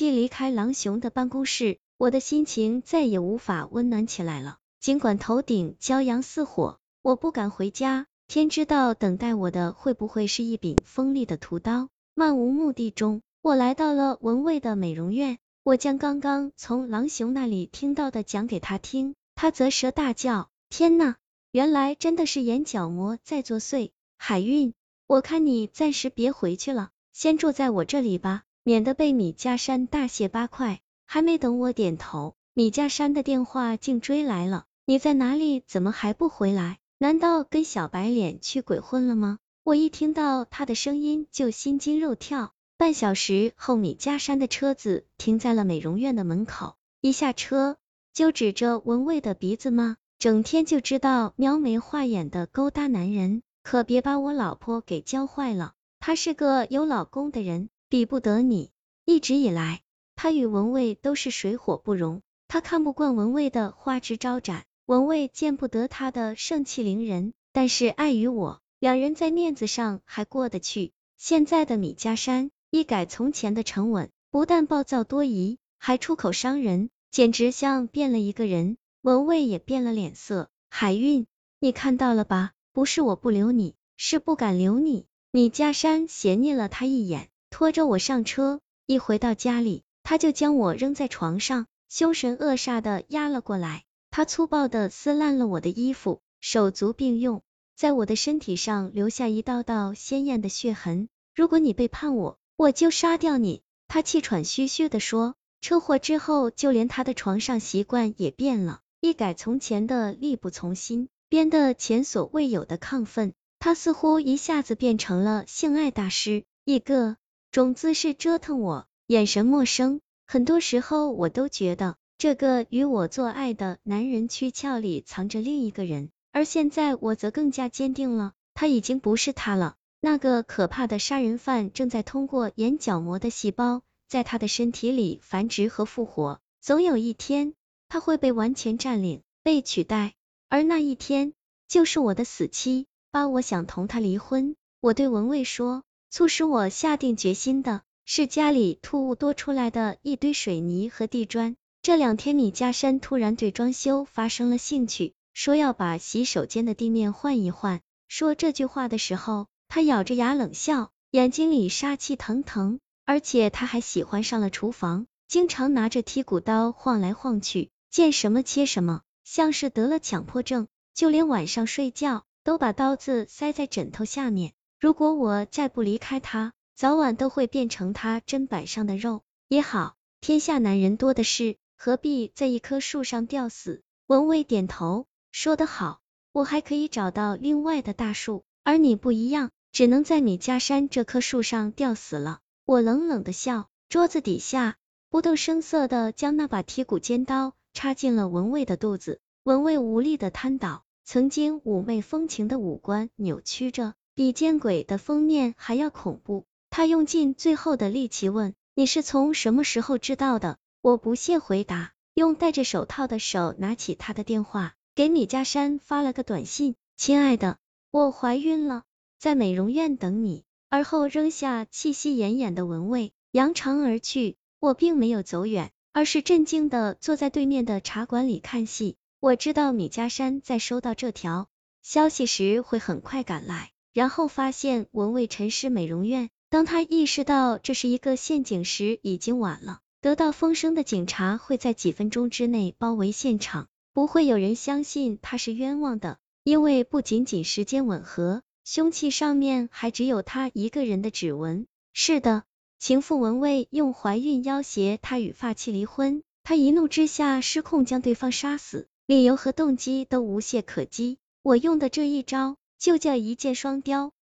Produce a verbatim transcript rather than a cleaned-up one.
一离开郎雄的办公室，我的心情再也无法温暖起来了。尽管头顶骄阳似火，我不敢回家，天知道等待我的会不会是一柄锋利的屠刀。漫无目的中，我来到了文蔚的美容院，我将刚刚从郎雄那里听到的讲给他听，他啧舌大叫，天呐，原来真的是眼角膜在作祟。海韵，我看你暂时别回去了，先住在我这里吧，免得被米家山大卸八块。还没等我点头，米家山的电话竟追来了，你在哪里？怎么还不回来？难道跟小白脸去鬼混了吗？我一听到他的声音就心惊肉跳。半小时后，米家山的车子停在了美容院的门口，一下车就指着文蔚的鼻子骂，整天就知道描眉画眼的勾搭男人，可别把我老婆给教坏了，她是个有老公的人，比不得你。一直以来，他与文蔚都是水火不容，他看不惯文蔚的花枝招展，文蔚见不得他的盛气凌人，但是碍于我，两人在面子上还过得去。现在的米家山一改从前的沉稳，不但暴躁多疑，还出口伤人，简直像变了一个人。文蔚也变了脸色，海韵，你看到了吧，不是我不留你，是不敢留你。米家山斜睨了他一眼，拖着我上车，一回到家里，他就将我扔在床上，凶神恶煞的压了过来，他粗暴的撕烂了我的衣服，手足并用，在我的身体上留下一道道鲜艳的血痕。如果你背叛我，我就杀掉你，他气喘吁吁的说。车祸之后，就连他的床上习惯也变了，一改从前的力不从心，变得前所未有的亢奋。他似乎一下子变成了性爱大师，一个种姿势折腾我，眼神陌生。很多时候我都觉得，这个与我做爱的男人躯壳里藏着另一个人，而现在我则更加坚定了，他已经不是他了。那个可怕的杀人犯正在通过眼角膜的细胞，在他的身体里繁殖和复活，总有一天，他会被完全占领，被取代，而那一天，就是我的死期。爸，我想同他离婚。我对文蔚说，促使我下定决心的是家里突兀多出来的一堆水泥和地砖。这两天米家山突然对装修发生了兴趣，说要把洗手间的地面换一换。说这句话的时候，他咬着牙冷笑，眼睛里杀气腾腾，而且他还喜欢上了厨房，经常拿着剔骨刀晃来晃去，见什么切什么，像是得了强迫症，就连晚上睡觉都把刀子塞在枕头下面。如果我再不离开他，早晚都会变成他砧板上的肉。也好，天下男人多的是，何必在一棵树上吊死？文蔚点头，说得好，我还可以找到另外的大树，而你不一样，只能在米家山这棵树上吊死了。我冷冷的笑，桌子底下不动声色的将那把剔骨尖刀插进了文蔚的肚子。文蔚无力的瘫倒，曾经妩媚风情的五官扭曲着，比见鬼的封面还要恐怖。他用尽最后的力气问，你是从什么时候知道的？我不屑回答，用戴着手套的手拿起他的电话，给米家山发了个短信，亲爱的，我怀孕了，在美容院等你。而后扔下气息奄奄的文蔚，扬长而去。我并没有走远，而是镇静的坐在对面的茶馆里看戏。我知道米家山在收到这条消息时会很快赶来，然后发现文蔚沉尸美容院。当他意识到这是一个陷阱时，已经晚了。得到风声的警察会在几分钟之内包围现场，不会有人相信他是冤枉的，因为不仅仅时间吻合，凶器上面还只有他一个人的指纹。是的，情妇文蔚用怀孕要挟他与发妻离婚，他一怒之下失控将对方杀死，理由和动机都无懈可击。我用的这一招就叫一箭双雕。